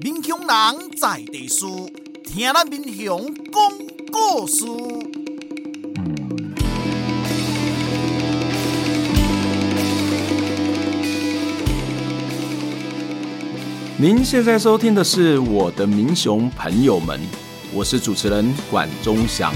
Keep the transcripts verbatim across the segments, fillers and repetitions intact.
民雄人在地事，听咱民雄讲故事。 您现在收听的是《我的民雄朋友们》，我是主持人管中祥。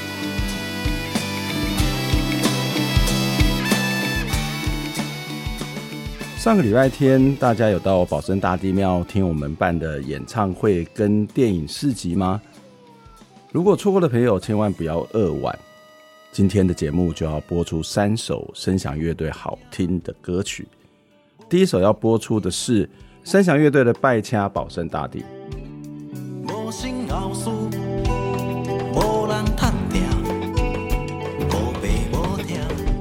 上个礼拜天，大家有到保生大帝庙听我们办的演唱会跟电影市集吗？如果错过的朋友，千万不要扼腕。今天的节目就要播出三首声响乐队好听的歌曲。第一首要播出的是声响乐队的《拜请保生大帝》。 无心后事，无人探听，无爸无听。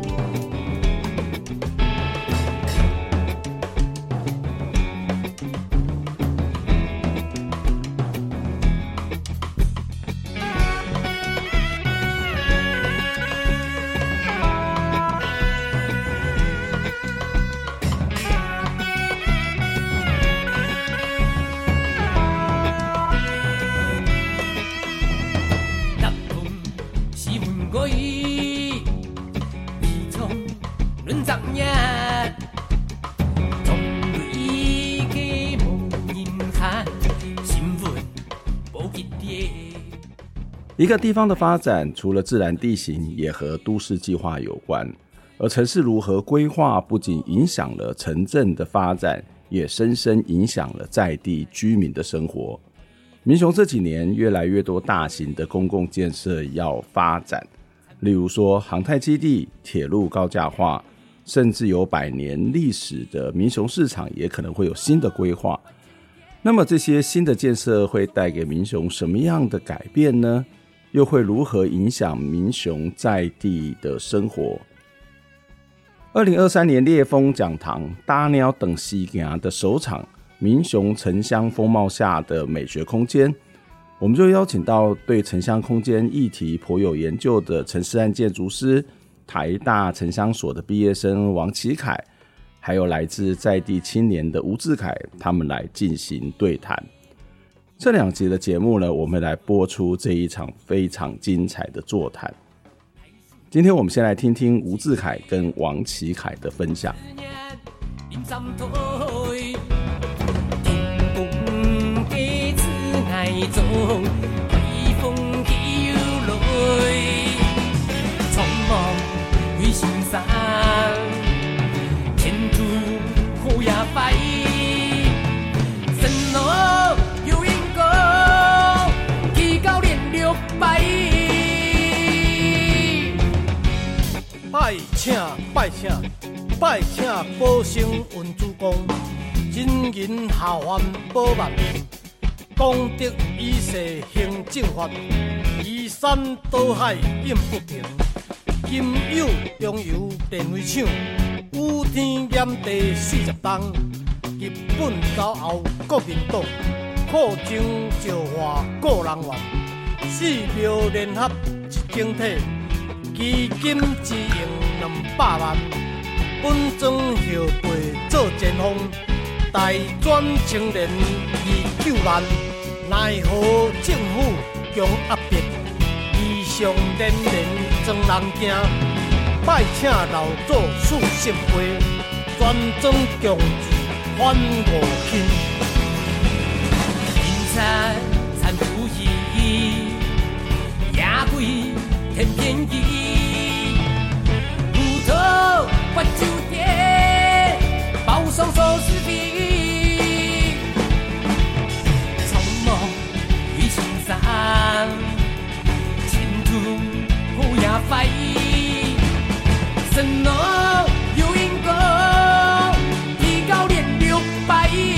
一个地方的发展，除了自然地形，也和都市计划有关。而城市如何规划，不仅影响了城镇的发展，也深深影响了在地居民的生活。民雄这几年越来越多大型的公共建设要发展，例如说航太基地、铁路高架化，甚至有百年历史的民雄市场也可能会有新的规划。那么这些新的建设会带给民雄什么样的改变呢？又会如何影响民雄在地的生活？二零二三年烈风讲堂大鸟等西行的首场民雄城乡风貌下的美学空间，我们就邀请到对城乡空间议题颇有研究的陈世安建筑师、台大城乡所的毕业生王启凯，还有来自在地青年的吴志凯，他们来进行对谈。这两集的节目呢，我们来播出这一场非常精彩的座谈。今天我们先来听听吴志凯跟王启凯的分享。 拜请拜请拜请保生文主公，人人下凡保万民，公德以世行正法，移山倒海应不平。今有中油电飞厂，有天炎地四十冬。日本走后国民党，扩征招化个人员，四庙联合一整体。基金支用两百万，本庄后辈做前锋，大专青年二九万，奈何政府强压迫，异常连连装人惊。拜请老祖四圣杯，全庄共治反五轻。 阴山残不义，野鬼天便宜，骨头换酒店，包双手是比，匆忙与青山，前途不要怀疑，神农有因果，提高连六百亿。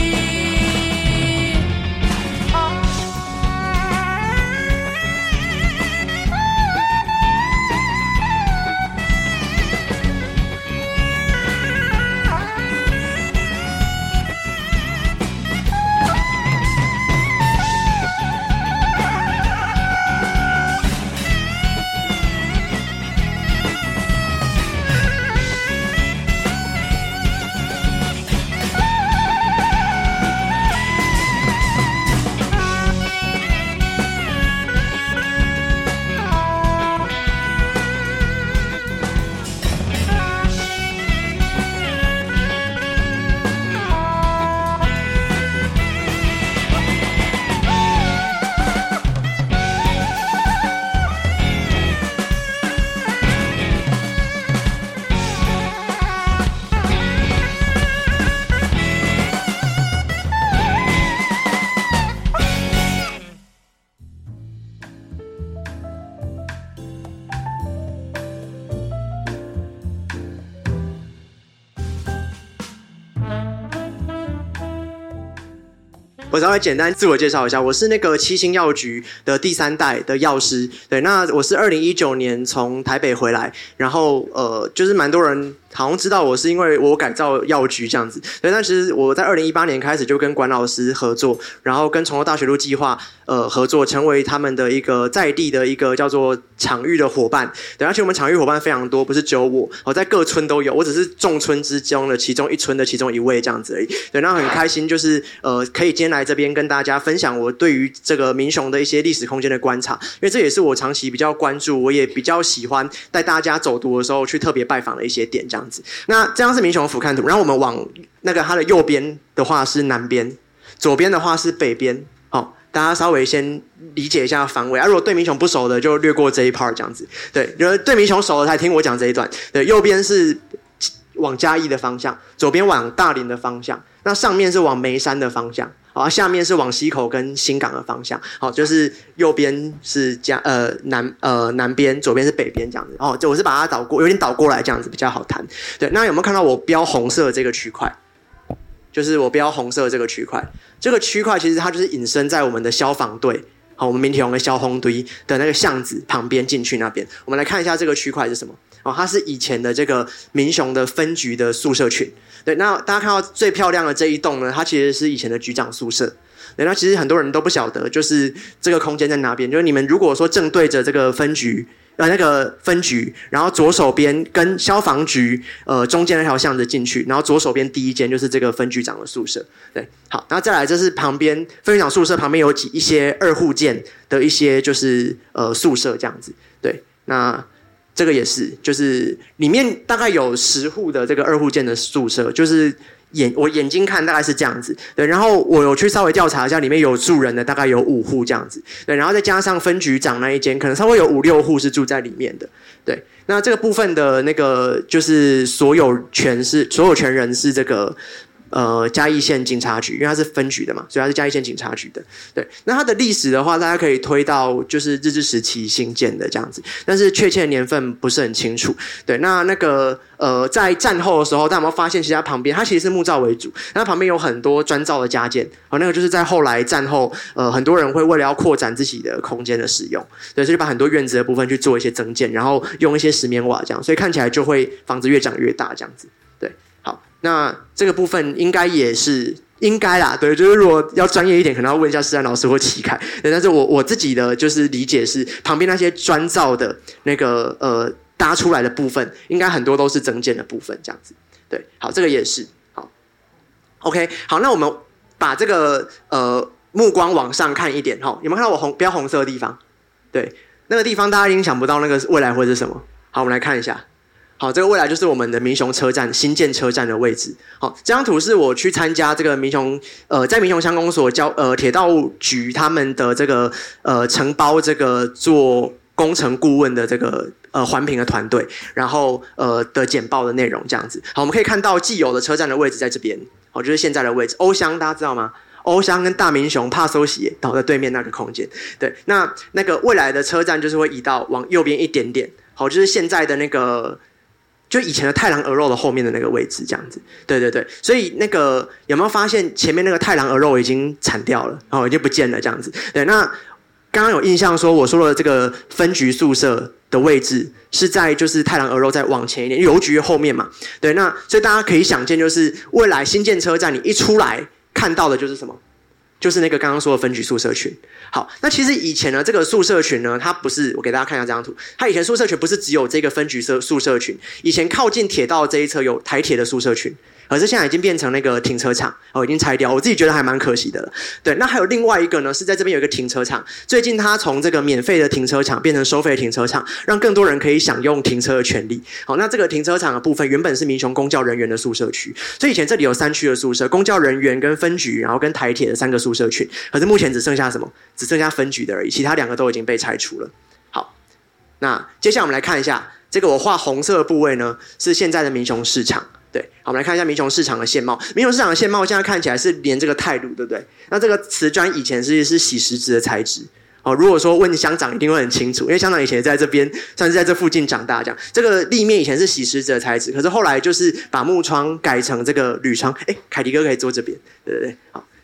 我稍微简单自我介绍一下，我是那个七星药局的第三代的药师。对，那我是二零一九年从台北回来，然后呃，就是蛮多人好像知道我是因为我改造药局这样子。对，但其实我在二零一八年开始就跟管老师合作，然后跟崇州大学路计划呃合作，成为他们的一个在地的一个叫做场域的伙伴。对，而且我们场域伙伴非常多，不是只有我，我在各村都有，我只是众村之中的其中一村的其中一位这样子而已。对，那很开心，就是呃可以今天来这边跟大家分享我对于这个民雄的一些历史空间的观察，因为这也是我长期比较关注，我也比较喜欢带大家走读的时候去特别拜访的一些点这样子。那这样是民雄的俯瞰图，然后我们往那个它的右边的话是南边，左边的话是北边。好，大家稍微先理解一下方位啊。如果对民雄不熟的，就略过这一 part 这样子。对，就是对民雄熟的才听我讲这一段。对，右边是往嘉义的方向，左边往大林的方向，那上面是往眉山的方向。好，下面是往溪口跟新港的方向。好，就是右边是加呃南呃南边，左边是北边这样子。哦，我是把它倒过，有点倒过来这样子比较好谈。对，那有没有看到我标红色的这个区块？就是我标红色的这个区块，这个区块其实它就是隐身在我们的消防队。好，我们民雄的消防堆的那个巷子旁边进去那边，我们来看一下这个区块是什么。哦，它是以前的这个民雄的分局的宿舍群。对，那大家看到最漂亮的这一栋呢，它其实是以前的局长宿舍。对，那其实很多人都不晓得，就是这个空间在哪边。就是你们如果说正对着这个分局，呃，那个分局，然后左手边跟消防局，呃，中间那条巷子进去，然后左手边第一间就是这个分局长的宿舍。对，好，然后再来，这是旁边分局长宿舍旁边有几一些二户建的一些就是呃宿舍这样子。对，那这个也是，就是里面大概有十户的这个二户建的宿舍，就是眼我眼睛看大概是这样子。对，然后我有去稍微调查一下，里面有住人的大概有五户这样子。对，然后再加上分局长那一间，可能稍微有五六户是住在里面的。对，那这个部分的那个就是所有权是所有权人是这个呃嘉义县警察局，因为它是分局的嘛，所以它是嘉义县警察局的。对，那它的历史的话，大家可以推到就是日治时期兴建的这样子，但是确切的年份不是很清楚。对，那那个呃在战后的时候，大家有没有发现，其实它旁边它其实是木造为主，那它旁边有很多砖造的加建，哦，那个就是在后来战后，呃很多人会为了要扩展自己的空间的使用，对，所以把很多院子的部分去做一些增建，然后用一些石棉瓦这样，所以看起来就会房子越长越大这样子。对，好，那这个部分应该也是应该啦，对，就是如果要专业一点，可能要问一下施安老师或启凯。对，但是我我自己的就是理解是，旁边那些砖造的那个呃搭出来的部分，应该很多都是增建的部分，这样子。对，好，这个也是好。OK， 好，那我们把这个呃目光往上看一点哈，有没有看到我红标红色的地方？对，那个地方大家已经想不到那个未来会是什么。好，我们来看一下。好，这个未来就是我们的民雄车站新建车站的位置。好，这张图是我去参加这个民雄呃，在民雄乡公所交呃铁道局他们的这个呃承包这个做工程顾问的这个呃环评的团队，然后呃的简报的内容这样子。好，我们可以看到既有的车站的位置在这边，好，就是现在的位置。瓯乡大家知道吗？瓯乡跟大民雄帕搜喜倒在对面那个空间。对，那那个未来的车站就是会移到往右边一点点。好，就是现在的那个。就以前的太郎鹅肉的后面的那个位置，这样子，对对对，所以那个有没有发现前面那个太郎鹅肉已经铲掉了，哦，已经不见了，这样子。对，那刚刚有印象说我说的这个分局宿舍的位置是在就是太郎鹅肉再往前一点，邮局后面嘛，对，那所以大家可以想见，就是未来新建车站你一出来看到的就是什么？就是那个刚刚说的分局宿舍群。好，那其实以前呢，这个宿舍群呢，它不是，我给大家看一下这张图，它以前宿舍群不是只有这个分局宿舍群，以前靠近铁道这一侧有台铁的宿舍群，可是现在已经变成那个停车场，哦，已经拆掉，我自己觉得还蛮可惜的了。对，那还有另外一个呢，是在这边有一个停车场，最近它从这个免费的停车场变成收费的停车场，让更多人可以享用停车的权利。好，那这个停车场的部分原本是民雄公教人员的宿舍区，所以以前这里有三区的宿舍，公教人员跟分局，然后跟台铁的三个宿舍群，可是目前只剩下什么？只剩下分局的而已，其他两个都已经被拆除了。好，那接下来我们来看一下这个我画红色的部位呢，是现在的民雄市场。对，好，我们来看一下民雄市场的现貌。民雄市场的现貌现在看起来是连这个泰鲁，对不对？那这个瓷砖以前是是洗石子的材质。哦，如果说问乡长一定会很清楚，因为乡长以前也在这边，算是在这附近长大这样。这个立面以前是洗石子的材质，可是后来就是把木窗改成这个铝窗。哎，凯迪哥可以坐这边，对对对，好。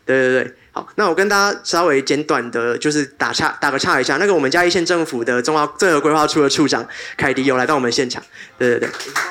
对对对，好，那我跟大家稍微简短的，就是打岔打个岔一下，那个我们嘉义县政府的中华综合规划处的处长凯迪有来到我们现场，对对对。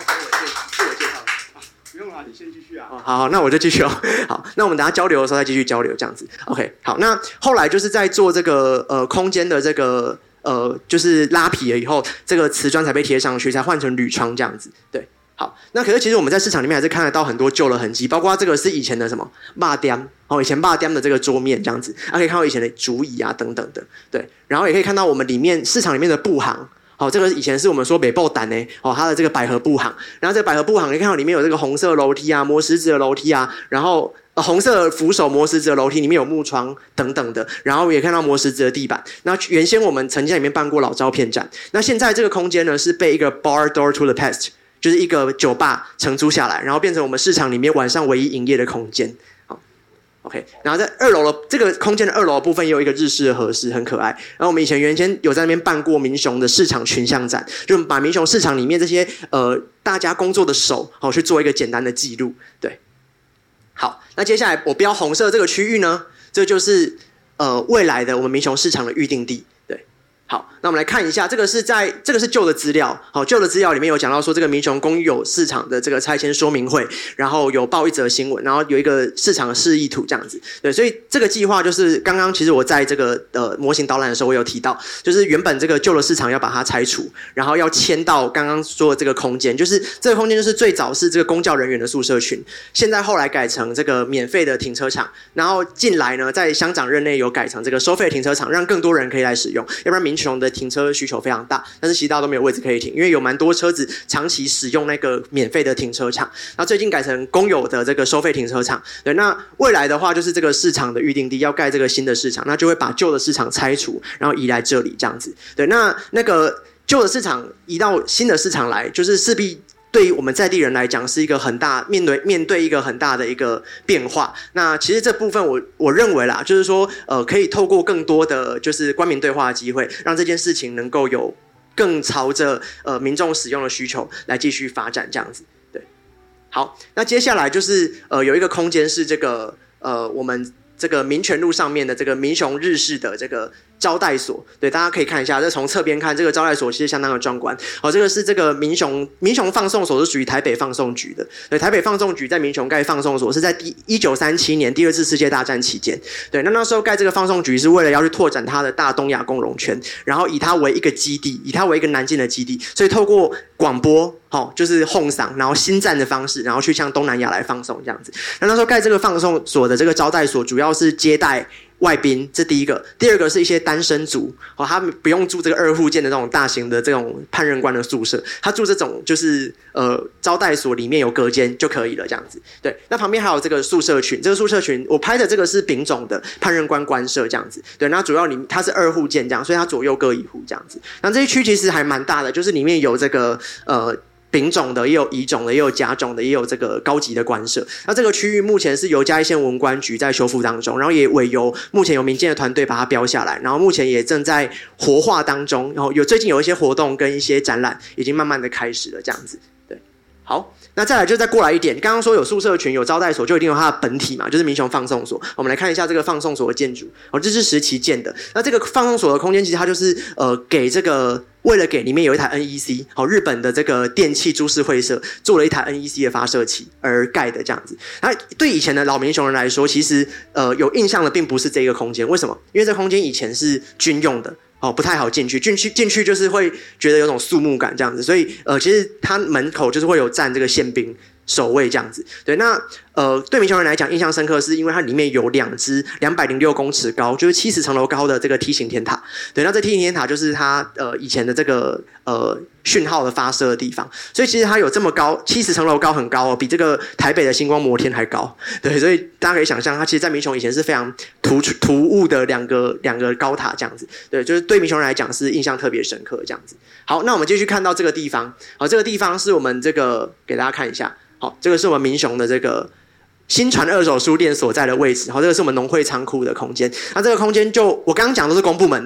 不用啦，你先继续啊。 好好，那我就继续哦。好，那我们等一下交流的时候再继续交流，这样子。OK， 好，那后来就是在做这个呃空间的这个呃就是拉皮了以后，这个瓷砖才被贴上去，才换成铝窗这样子。对。好，那可是其实我们在市场里面还是看得到很多旧的痕迹，包括这个是以前的什么霸店哦，以前霸店的这个桌面这样子，啊可以看到以前的竹椅啊等等的，对，然后也可以看到我们里面市场里面的布行，好、哦，这个以前是我们说北部胆呢，哦，它的这个百合布行，然后这个百合布行可以看到里面有这个红色楼梯啊，磨石子的楼梯啊，然后。呃、红色扶手磨石子的楼梯里面有木窗等等的，然后也看到磨石子的地板。那原先我们曾经在里面办过老照片展，那现在这个空间呢是被一个 bar door to the past， 就是一个酒吧承租下来，然后变成我们市场里面晚上唯一营业的空间。好 ，OK， 然后在二楼的这个空间的二楼的部分也有一个日式的和室，很可爱。然后我们以前原先有在那边办过民雄的市场群像展，就把民雄市场里面这些呃大家工作的手好去做一个简单的记录，对。好，那接下来我标红色这个区域呢，这就是呃未来的我们民雄市场的预定地。对，好，那我们来看一下，这个是在这个是旧的资料，好，旧的资料里面有讲到说这个民雄公有市场的这个拆迁说明会，然后有报一则新闻，然后有一个市场的示意图这样子。对，所以这个计划就是刚刚其实我在这个呃模型导览的时候我有提到，就是原本这个旧的市场要把它拆除，然后要迁到刚刚说的这个空间，就是这个空间就是最早是这个公教人员的宿舍群，现在后来改成这个免费的停车场，然后进来呢在乡长任内有改成这个收费的停车场，让更多人可以来使用，要不然民雄的停车需求非常大，但是其实大家都没有位置可以停，因为有蛮多车子长期使用那个免费的停车场，那最近改成公有的这个收费停车场。对，那未来的话就是这个市场的预定地要盖这个新的市场，那就会把旧的市场拆除，然后移来这里这样子。对，那那个旧的市场移到新的市场来，就是势必对于我们在地人来讲是一个很大面对面对一个很大的一个变化。那其实这部分我我认为啦，就是说呃可以透过更多的就是官民对话的机会，让这件事情能够有更朝着呃民众使用的需求来继续发展这样子。对，好，那接下来就是呃有一个空间是这个呃我们这个民权路上面的这个民雄日式的这个招待所，对，大家可以看一下，这从侧边看，这个招待所其实相当的壮观。好，这个是这个民雄民雄放送所是属于台北放送局的，对，台北放送局在民雄盖放送所是在第一九三七年第二次世界大战期间，对，那那时候盖这个放送局是为了要去拓展它的大东亚共荣圈，然后以它为一个基地，以它为一个南进的基地，所以透过广播，好，就是哄嗓，然后新站的方式，然后去向东南亚来放送这样子。那那时候盖这个放送所的这个招待所，主要是接待外宾，这第一个。第二个是一些单身族，哦，他们不用住这个二户建的这种大型的这种判任官的宿舍，他住这种就是呃招待所里面有隔间就可以了，这样子。对，那旁边还有这个宿舍群，这个宿舍群我拍的这个是丙种的判任官官舍这样子。对，那主要里它是二户建这样，所以它左右各一户这样子。那这一区其实还蛮大的，就是里面有这个呃。丙种的也有乙种的也有甲种的也有这个高级的官舍。那这个区域目前是由嘉义县文管局在修复当中，然后也委由目前有民间的团队把它标下来，然后目前也正在活化当中，然后有最近有一些活动跟一些展览已经慢慢的开始了这样子。对，好，那再来就再过来一点，刚刚说有宿舍群有招待所，就一定有它的本体嘛，就是民雄放送所。我们来看一下这个放送所的建筑，哦，这是时期建的。那这个放送所的空间其实它就是呃给这个为了给里面有一台 N E C， 好，日本的这个电气株式会社做了一台 N E C 的发射器而盖的这样子。那对以前的老民雄人来说，其实呃有印象的并不是这个空间，为什么？因为这空间以前是军用的。哦，不太好进去，进去进去就是会觉得有种肃穆感这样子，所以呃，其实它门口就是会有站这个宪兵守卫这样子。对，那呃，对民雄人来讲印象深刻，是因为它里面有两只两百零六公尺高，就是七十层楼高的这个梯形天塔。对，那这梯形天塔就是它呃以前的这个呃讯号的发射的地方，所以其实它有这么高，七十层楼高很高哦，比这个台北的星光摩天还高。对，所以大家可以想象，它其实在民雄以前是非常突出突兀的两个两个高塔这样子。对，就是对民雄人来讲是印象特别深刻这样子。好，那我们继续看到这个地方，好，这个地方是我们这个给大家看一下，好，这个是我们民雄的这个新传二手书店所在的位置，好，这个是我们农会仓库的空间。那这个空间就我刚刚讲都是公部门的，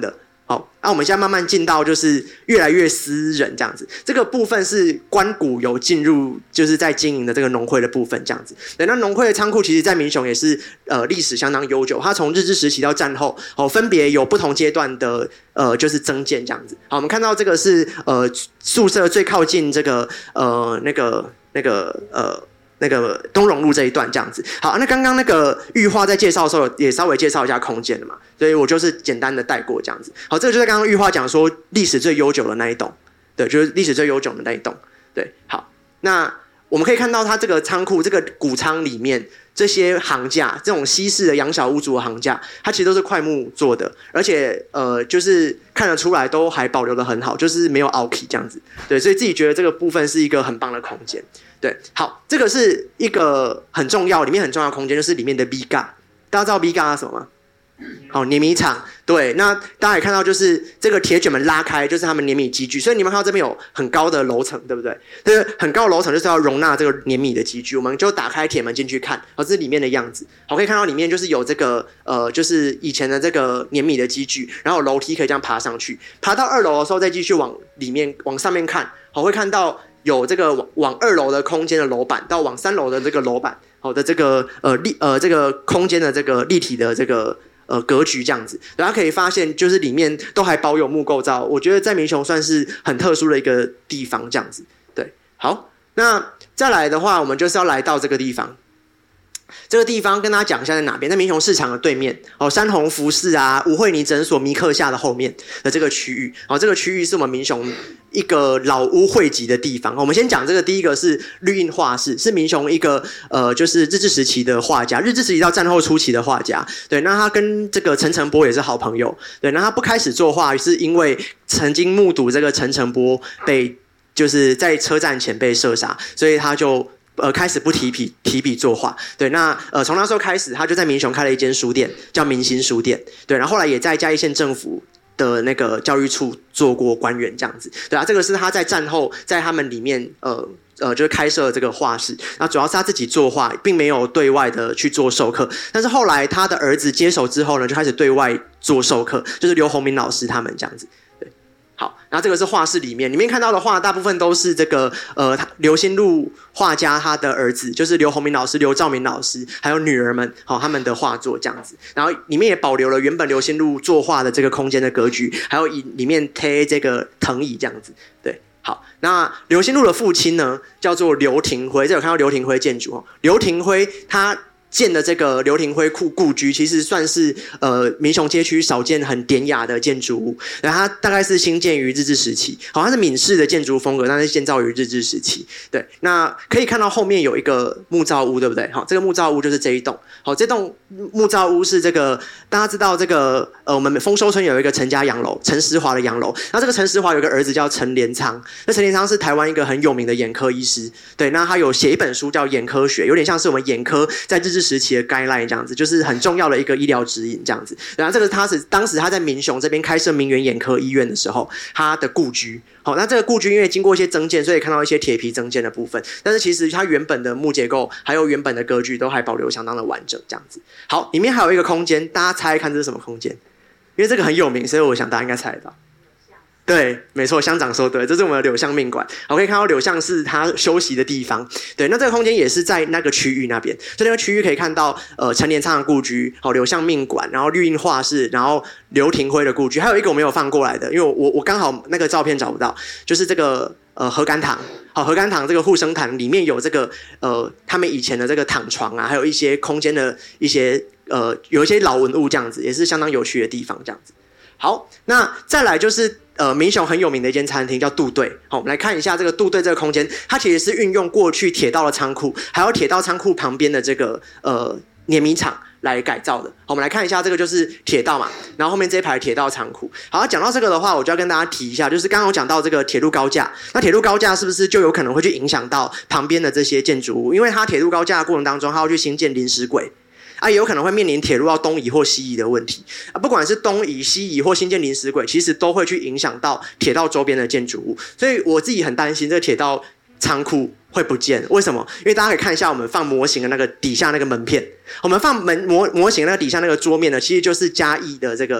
好，那、啊、我们现在慢慢进到就是越来越私人这样子，这个部分是官股有进入，就是在经营的这个农会的部分这样子。对，那农会的仓库其实在民雄也是呃历史相当悠久，它从日治时期到战后，哦分别有不同阶段的呃就是增建这样子。好，我们看到这个是呃宿舍最靠近这个呃那个那个呃。那个东荣路这一段这样子，好，那刚刚那个玉化在介绍的时候也稍微介绍一下空间了嘛，所以我就是简单的带过这样子。好，这个就是刚刚玉化讲说历史最悠久的那一栋，对，就是历史最悠久的那一栋，对，好，那我们可以看到它这个仓库这个谷仓里面这些行架，这种西式的洋小屋族的行架，它其实都是块木做的，而且呃就是看得出来都还保留得很好，就是没有凹起这样子，对，所以自己觉得这个部分是一个很棒的空间。对，好，这个是一个很重要，里面很重要的空间，就是里面的 V 嘎，大家知道 V 嘎是什么吗？好，碾米厂，对，那大家也看到，就是这个铁卷门拉开，就是他们碾米机具，所以你们看到这边有很高的楼层，对不对？就是很高的楼层就是要容纳这个碾米的机具，我们就打开铁门进去看，好，这是里面的样子，好，可以看到里面就是有这个呃，就是以前的这个碾米的机具，然后有楼梯可以这样爬上去，爬到二楼的时候再继续往里面往上面看，好，会看到有这个往往二楼的空间的楼板到往三楼的这个楼板，好的这个呃立呃这个空间的这个立体的这个。呃，格局这样子，大家可以发现，就是里面都还保有木构造，我觉得在民雄算是很特殊的一个地方，这样子。对，好，那再来的话，我们就是要来到这个地方。这个地方跟大家讲一下在哪边，在民雄市场的对面，哦，山宏服饰啊，吴慧妮诊所米克夏的后面的这个区域，哦，这个区域是我们民雄一个老屋汇集的地方。我们先讲这个，第一个是绿印画室，是民雄一个呃，就是日治时期的画家，日治时期到战后初期的画家。对，那他跟这个陈澄波也是好朋友。对，那他不开始作画，是因为曾经目睹这个陈澄波被就是在车站前被射杀，所以他就。呃，开始不提笔提笔作画，对，那呃，从那时候开始，他就在民雄开了一间书店，叫明星书店，对，然后后来也在嘉义县政府的那个教育处做过官员这样子，对啊，这个是他在战后在他们里面呃呃就是开设这个画室，那主要是他自己作画，并没有对外的去做授课，但是后来他的儿子接手之后呢，就开始对外做授课，就是刘洪明老师他们这样子。好，然后这个是画室里面，里面看到的画大部分都是这个呃刘新禄画家他的儿子，就是刘洪明老师、刘兆明老师，还有女儿们，好、哦、他们的画作这样子。然后里面也保留了原本刘新禄作画的这个空间的格局，还有以里面贴这个藤椅这样子。对，好，那刘新禄的父亲呢叫做刘廷辉，这有看到刘廷辉建筑哦，刘廷辉他。建的这个刘廷辉故故居，其实算是呃民雄街区少见很典雅的建筑物。然后它大概是兴建于日治时期，好，它是闽式的建筑风格，但是建造于日治时期。对，那可以看到后面有一个木造屋，对不对？好，这个木造屋就是这一栋。好，这栋木造屋是这个大家知道这个呃，我们丰收村有一个陈家洋楼，陈时华的洋楼。那这个陈时华有个儿子叫陈连昌，那陈连昌是台湾一个很有名的眼科医师。对，那他有写一本书叫《眼科学》，有点像是我们眼科在日治时期的 guideline 这样子，就是很重要的一个医疗指引这样子。然后这个他是当时他在民雄这边开设明园眼科医院的时候，他的故居。好，那这个故居因为经过一些增建，所以看到一些铁皮增建的部分，但是其实它原本的木结构还有原本的格局都还保留相当的完整这样子。好，里面还有一个空间，大家猜看这是什么空间？因为这个很有名，所以我想大家应该猜得到。对，没错，乡长说对，这是我们的柳巷命馆。好，可以看到柳巷是他休息的地方。对，那这个空间也是在那个区域那边，所以那个区域可以看到呃陈连昌的故居，好，柳巷命馆，然后绿印画室，然后刘廷辉的故居，还有一个我没有放过来的，因为我我刚好那个照片找不到，就是这个呃禾秆堂。好，禾秆堂这个护生堂里面有这个呃他们以前的这个躺床啊，还有一些空间的一些呃有一些老文物这样子，也是相当有趣的地方这样子。好，那再来就是呃民雄很有名的一间餐厅叫杜队。好，我们来看一下这个杜队这个空间，它其实是运用过去铁道的仓库，还有铁道仓库旁边的这个呃碾米厂来改造的。好，我们来看一下，这个就是铁道嘛，然后后面这一排铁道仓库。好，讲到这个的话，我就要跟大家提一下，就是刚刚有讲到这个铁路高架，那铁路高架是不是就有可能会去影响到旁边的这些建筑物？因为它铁路高架的过程当中，它要去新建临时轨。啊，也有可能会面临铁路要东移或西移的问题啊。不管是东移、西移或新建临时轨，其实都会去影响到铁道周边的建筑物。所以我自己很担心这个铁道仓库会不见。为什么？因为大家可以看一下我们放模型的那个底下那个门片，我们放门模模型的那个底下那个桌面呢，其实就是嘉义的这个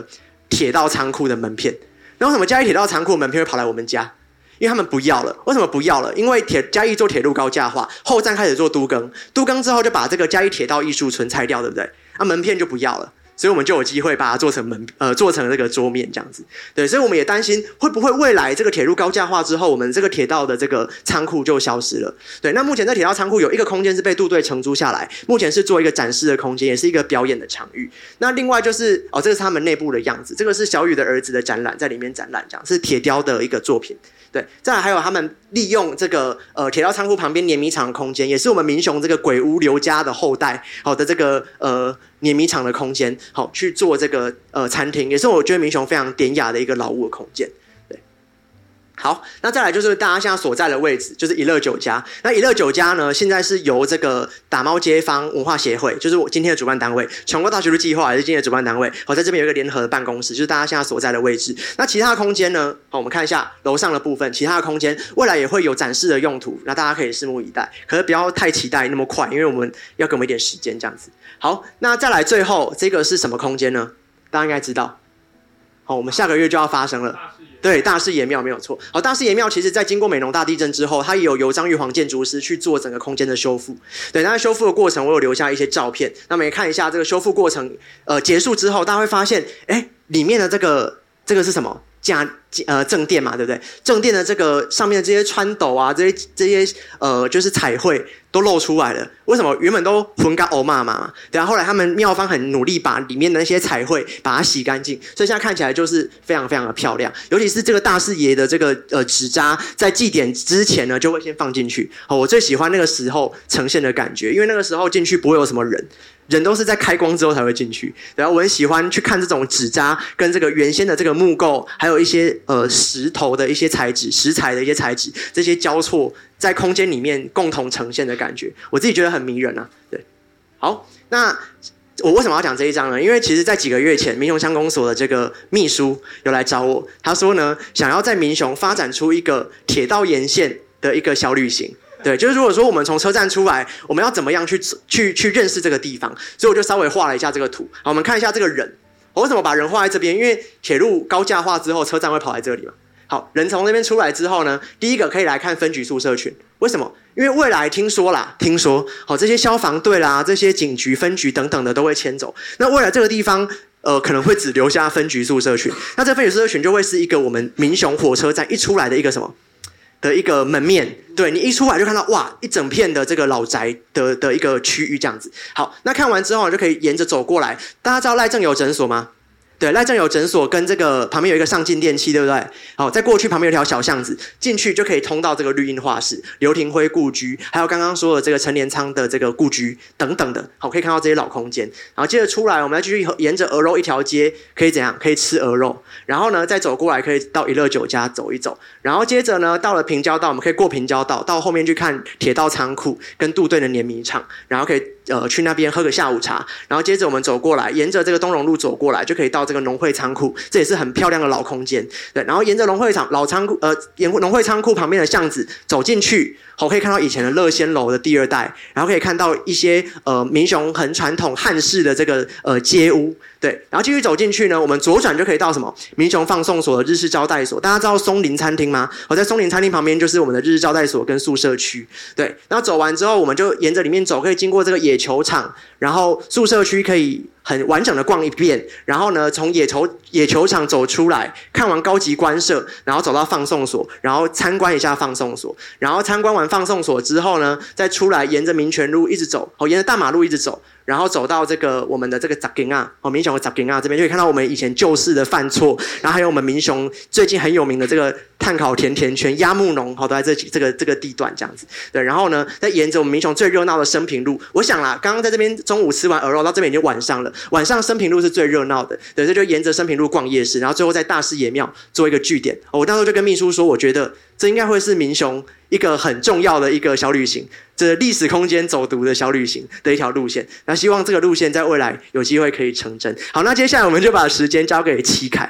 铁道仓库的门片。那为什么嘉义铁道仓库的门片会跑来我们家？因为他们不要了。为什么不要了？因为铁嘉义做铁路高架化，后站开始做都更，都更之后就把这个嘉义铁道艺术村拆掉，对不对？啊，门片就不要了。所以我们就有机会把它做成门呃做成这个桌面这样子，对，所以我们也担心会不会未来这个铁路高架化之后，我们这个铁道的这个仓库就消失了。对，那目前在铁道仓库有一个空间是被杜队承租下来，目前是做一个展示的空间，也是一个表演的场域。那另外就是哦，这个是他们内部的样子，这个是小雨的儿子的展览，在里面展览这样，是铁雕的一个作品。对，再来还有他们利用这个呃铁道仓库旁边碾米厂的空间，也是我们民雄这个鬼屋刘家的后代好的这个呃碾米厂的空间，好去做这个呃餐厅，也是我觉得民雄非常典雅的一个老屋的空间。对，好，那再来就是大家现在所在的位置，就是一乐酒家。那一乐酒家呢，现在是由这个打猫街坊文化协会，就是我今天的主办单位，全国大学路计划也是今天的主办单位。好，在这边有一个联合的办公室，就是大家现在所在的位置。那其他的空间呢？好，我们看一下楼上的部分，其他的空间未来也会有展示的用途，那大家可以拭目以待。可是不要太期待那么快，因为我们要给我们一点时间这样子。好，那再来最后这个是什么空间呢？大家应该知道。好，我们下个月就要发生了。对，大士爷庙没有错。好，大士爷庙其实在经过美浓大地震之后，它也有由张玉煌建筑师去做整个空间的修复。对，那修复的过程我有留下一些照片，那么也看一下这个修复过程。呃，结束之后，大家会发现，哎，里面的这个这个是什么？加呃正殿嘛，对不对？正殿的这个上面的这些穿斗啊，这些这些呃就是彩绘都露出来了。为什么？原本都混干欧嘛嘛，对啊。后来他们庙方很努力把里面的那些彩绘把它洗干净，所以现在看起来就是非常非常的漂亮。尤其是这个大士爷的这个呃纸扎，在祭典之前呢就会先放进去。好，我最喜欢那个时候呈现的感觉，因为那个时候进去不会有什么人。人都是在开光之后才会进去，然后我很喜欢去看这种纸扎跟这个原先的这个木构，还有一些呃石头的一些材质、石材的一些材质，这些交错在空间里面共同呈现的感觉，我自己觉得很迷人啊。对，好，那我为什么要讲这一章呢？因为其实在几个月前，民雄乡公所的这个秘书有来找我，他说呢，想要在民雄发展出一个铁道沿线的一个小旅行。对，就是如果说我们从车站出来，我们要怎么样去去去认识这个地方？所以我就稍微画了一下这个图。好，我们看一下这个人。我为什么把人画在这边？因为铁路高架化之后，车站会跑在这里嘛。好，人从那边出来之后呢，第一个可以来看分局宿舍群。为什么？因为未来听说啦，听说好这些消防队啦、这些警局、分局等等的都会迁走。那未来这个地方。呃，可能会只留下分局宿舍群。那这分局宿舍群就会是一个我们民雄火车站一出来的一个什么？的一个门面，对，你一出来就看到哇，一整片的这个老宅的的一个区域这样子。好，那看完之后就可以沿着走过来。大家知道赖正友诊所吗？对，赖正友诊所跟这个旁边有一个上进电器，对不对？好，在过去旁边有条小巷子，进去就可以通到这个绿荫画室、刘廷辉故居，还有刚刚说的这个陈连昌的这个故居等等的。好，可以看到这些老空间。然后接着出来，我们要继续沿着鹅肉一条街，可以怎样？可以吃鹅肉。然后呢，再走过来可以到一乐酒家走一走。然后接着呢，到了平交道，我们可以过平交道，到后面去看铁道仓库跟杜队的碾米厂，然后可以呃去那边喝个下午茶。然后接着我们走过来，沿着这个东荣路走过来，就可以到这个农会仓库，这也是很漂亮的老空间。对，然后沿着农会厂老仓库呃沿农会仓库旁边的巷子走进去，好，可以看到以前的乐仙楼的第二代，然后可以看到一些呃民雄很传统汉式的这个呃街屋。对，然后继续走进去呢，我们左转就可以到什么民雄放送所的日式招待所。大家知道松林餐厅吗？我在松林餐厅旁边就是我们的日式招待所跟宿舍区。对，然后走完之后，我们就沿着里面走，可以经过这个野球场，然后宿舍区可以很完整的逛一遍。然后呢，从野球野球场走出来，看完高级官舍，然后走到放送所，然后参观一下放送所。然后参观完放送所之后呢，再出来沿着民权路一直走，哦，沿着大马路一直走。然后走到这个我们的这个十间啊，哦，民雄的十间啊这边就可以看到我们以前旧式的犯错，然后还有我们民雄最近很有名的这个炭烤甜甜圈、鸭木农，好，都在这这个这个地段这样子。对，然后呢，再沿着我们民雄最热闹的升平路，我想啦，刚刚在这边中午吃完鹅肉，到这边已经晚上了，晚上升平路是最热闹的，对，所以就沿着升平路逛夜市，然后最后在大士爷庙做一个据点。哦，我那时候就跟秘书说，我觉得这应该会是民雄一个很重要的一个小旅行，这历史空间走读的小旅行的一条路线。那希望这个路线在未来有机会可以成真。好，那接下来我们就把时间交给七凯。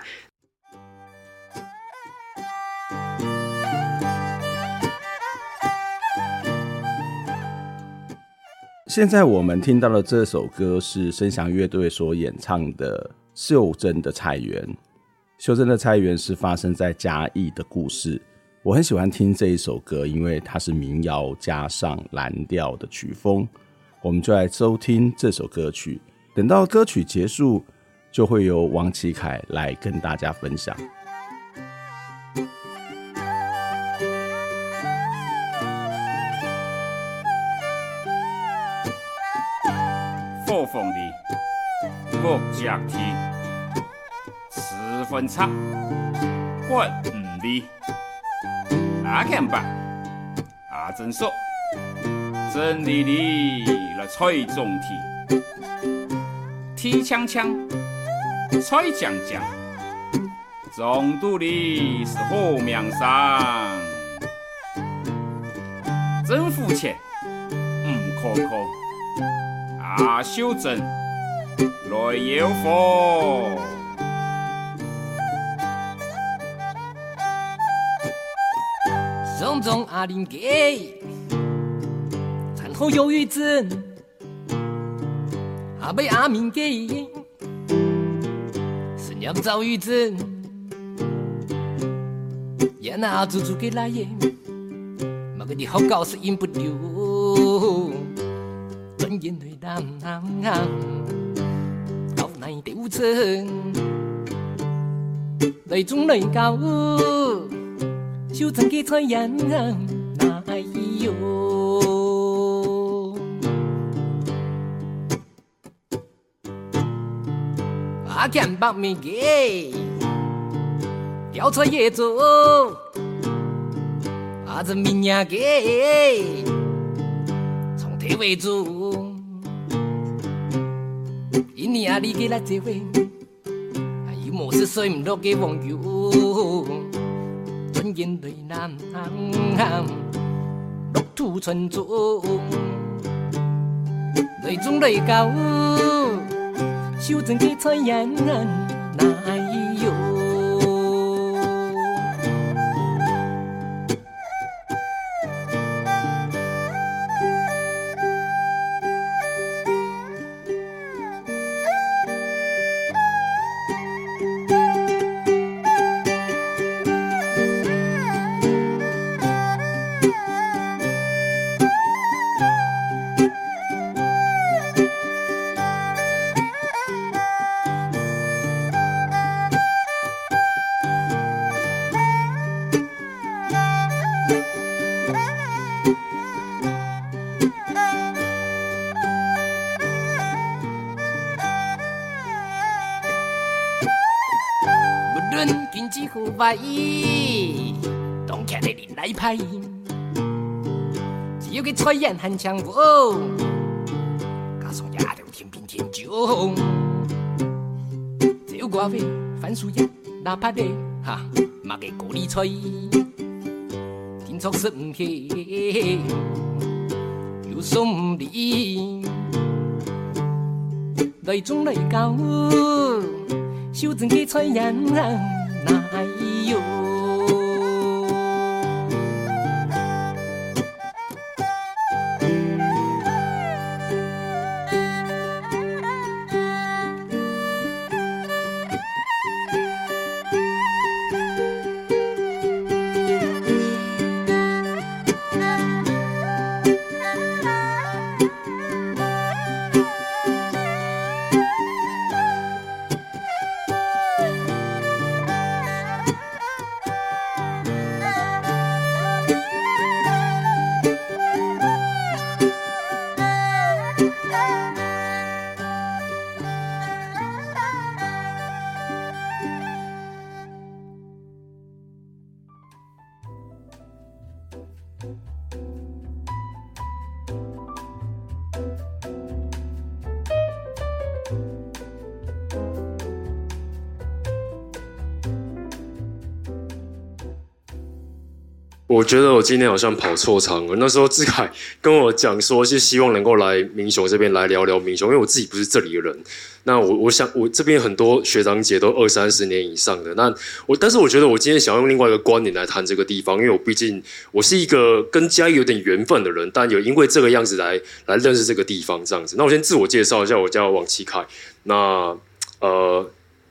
现在我们听到的这首歌是声响乐队所演唱的《袖珍的菜园》。 修真的菜园是发生在嘉义的故事，我很喜欢听这一首歌，因为它是民谣加上蓝调的曲风。我们就来收听这首歌曲，等到歌曲结束，就会由王启凯来跟大家分享。 火凤梨，我食天，十分差，我唔理。阿看吧，阿真说，真理理来吹中题，提枪枪，吹将将，中肚里是好命上，真肤浅，唔可可。阿修真来有福， 种种阿林给，产后忧郁症，阿贝阿明给，生养躁郁症，也拿猪猪给来耶，马个的好高是赢不了。尊严对淡淡，高乃丢成，泪中泪高，修成给彩阳哪有？阿看把面给，调查也做，阿这明呀给。体为主，因你阿里给来这位，有某事睡唔落嘅网友，尊严对南，落土村中，泪中泪高，修正嘅彩阳哪有？拜，当起来人来拍，只有个彩眼很强哦，加上也条天平天酒，只有我位番薯叶哪怕的哈，嘛个锅里吹，天作是唔起，有送礼，泪中泪高，修正个彩眼哪有？ 我觉得我今天好像跑错场了。那时候志凯跟我讲说，是希望能够来民雄这边来聊聊民雄，因为我自己不是这里的人。那我我想，我这边很多学长姐都二三十年以上的。那我，但是我觉得我今天想要用另外一个观点来谈这个地方，因为我毕竟我是一个跟嘉义有点缘分的人，但有因为这个样子来来认识这个地方这样子。那我先自我介绍一下，我叫王启凯。那呃。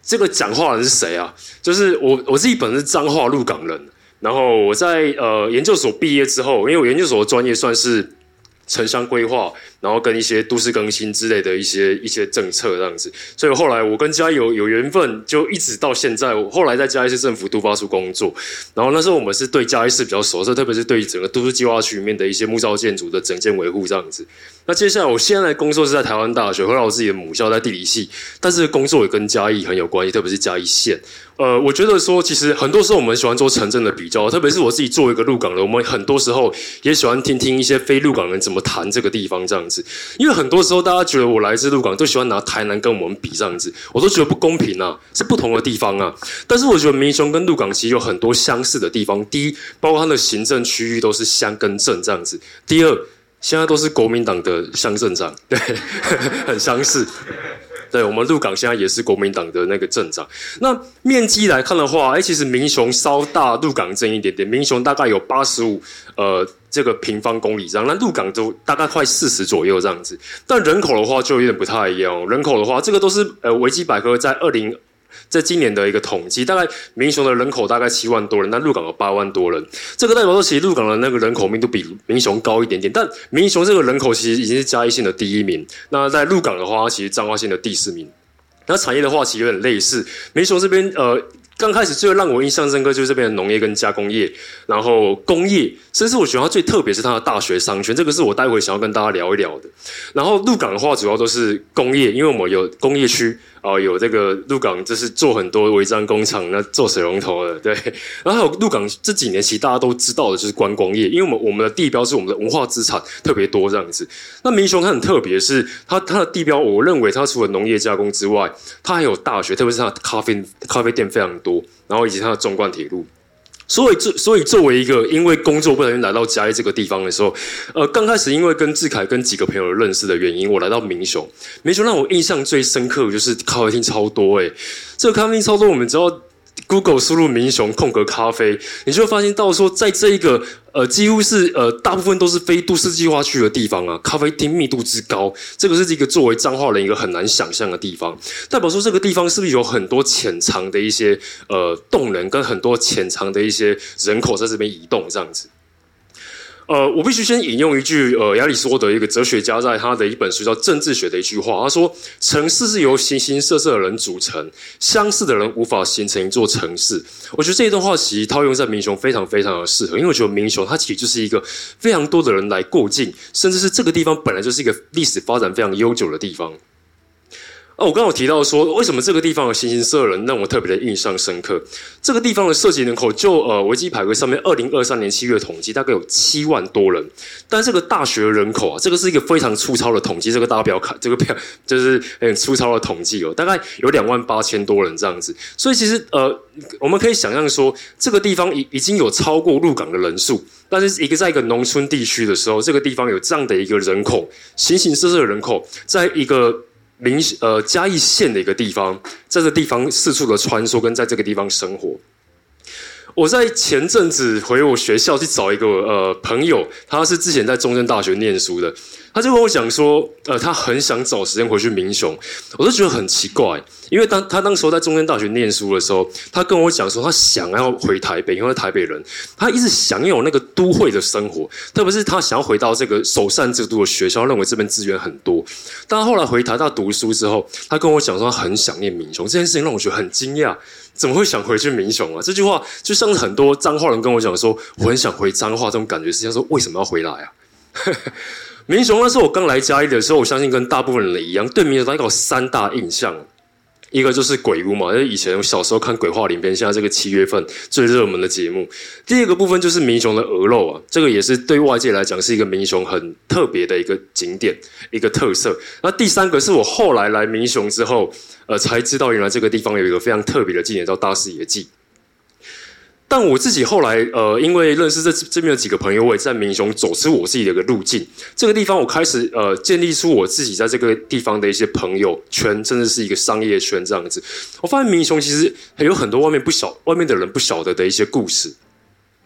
这个讲话人是谁啊？就是我我自己本身是彰化鹿港人，然后我在呃研究所毕业之后，因为我研究所的专业算是城乡规划，然后跟一些都市更新之类的一些一些政策这样子，所以后来我跟嘉义有有缘分，就一直到现在。我后来在嘉义市政府都发处工作，然后那时候我们是对嘉义市比较熟，特别是对整个都市计划区里面的一些木造建筑的整建维护这样子。那接下来我现在的工作是在台湾大学，回到我自己的母校在地理系，但是工作也跟嘉义很有关系，特别是嘉义县。呃，我觉得说，其实很多时候我们喜欢做城镇的比较，特别是我自己作为一个鹿港人，我们很多时候也喜欢听听一些非鹿港人怎么谈这个地方这样子。因为很多时候大家觉得我来自鹿港，都喜欢拿台南跟我们比这样子，我都觉得不公平啊，是不同的地方啊。但是我觉得民雄跟鹿港其实有很多相似的地方。第一，包括它的行政区域都是乡跟镇这样子；第二，现在都是国民党的乡镇长，对，很相似。对，我们鹿港现在也是国民党的那个镇长。那面积来看的话，哎，其实民雄稍大鹿港镇一点点，民雄大概有八十五呃这个平方公里这样，那鹿港都大概快四十左右这样子。但人口的话就有点不太一样，人口的话，这个都是呃维基百科在二零。在今年的一个统计，大概民雄的人口大概七万多人，但鹿港有八万多人。这个代表说，其实鹿港的那个人口密度比民雄高一点点，但民雄这个人口其实已经是嘉义县的第一名。那在鹿港的话，其实彰化县的第四名。那产业的话，其实有点类似。民雄这边呃。刚开始最让我印象深刻就是这边的农业跟加工业，然后工业，甚至我觉得它最特别是它的大学商圈，这个是我待会想要跟大家聊一聊的。然后鹿港的话，主要都是工业，因为我们有工业区啊、呃，有这个鹿港就是做很多违章工厂，那做水龙头的，对。然后还有鹿港这几年其实大家都知道的就是观光业，因为我们我们的地标是我们的文化资产特别多这样子。那民雄它很特别，是它它的地标，我认为它除了农业加工之外，它还有大学，特别是它的咖啡咖啡店非常多。然后以及它的纵贯铁路，所以所以作为一个因为工作不小心来到嘉义这个地方的时候，呃，刚开始因为跟志凯跟几个朋友认识的原因，我来到民雄。民雄让我印象最深刻的就是咖啡厅超多诶、欸，这个咖啡厅超多，我们只要 Google 输入民雄空格咖啡，你就会发现到说，在这一个呃几乎是呃大部分都是非都市计划区的地方啊，咖啡厅密度之高，这个是一个作为彰化人一个很难想象的地方。代表说这个地方是不是有很多潜藏的一些呃动能，跟很多潜藏的一些人口在这边移动这样子。呃，我必须先引用一句呃亚里士多德一个哲学家在他的一本书叫《政治学》的一句话，他说：“城市是由形形色色的人组成，相似的人无法形成一座城市。”我觉得这一段话其实套用在民雄非常非常的适合，因为我觉得民雄它其实就是一个非常多的人来过境，甚至是这个地方本来就是一个历史发展非常悠久的地方。哦、啊，我刚刚有提到说，为什么这个地方的形形色色人让我特别的印象深刻？这个地方的涉及人口就呃维基百科上面二零二三年七月统计，大概有七万多人。但这个大学人口啊，这个是一个非常粗糙的统计，这个大家不要看，这个不要就是很粗糙的统计哦，大概有两万八千多人这样子。所以其实呃，我们可以想象说，这个地方已已经有超过鹿港的人数。但是一个在一个农村地区的时候，这个地方有这样的一个人口，形形色色的人口，在一个民呃嘉义县的一个地方，在这个地方四处的穿梭，跟在这个地方生活。我在前阵子回我学校去找一个呃朋友，他是之前在中正大学念书的，他就跟我讲说，呃，他很想找时间回去民雄，我就觉得很奇怪，因为当他当时候在中正大学念书的时候，他跟我讲说，他想要回台北，因为他是台北人，他一直想要有那个都会的生活，特别是他想要回到这个首善制度的学校，认为这边资源很多。但他后来回台大读书之后，他跟我讲说，他很想念民雄，这件事情让我觉得很惊讶。怎么会想回去民雄啊？这句话就像是很多彰化人跟我讲说，我很想回彰化，这种感觉是像说为什么要回来啊？民雄那时候我刚来嘉义的时候，我相信跟大部分人一样，对民雄大概有三大印象。一个就是鬼屋嘛，就是以前我小时候看鬼话连篇，现在这个七月份最热门的节目。第二个部分就是民雄的鹅肉啊，这个也是对外界来讲是一个民雄很特别的一个景点，一个特色。那第三个是我后来来民雄之后，呃，才知道原来这个地方有一个非常特别的景点叫大士爷祭。但我自己后来，呃，因为认识这这边的几个朋友，我也在民雄走出我自己的一个路径。这个地方，我开始呃建立出我自己在这个地方的一些朋友圈，甚至是一个商业圈这样子。我发现民雄其实有很多外面不晓、外面的人不晓得的一些故事。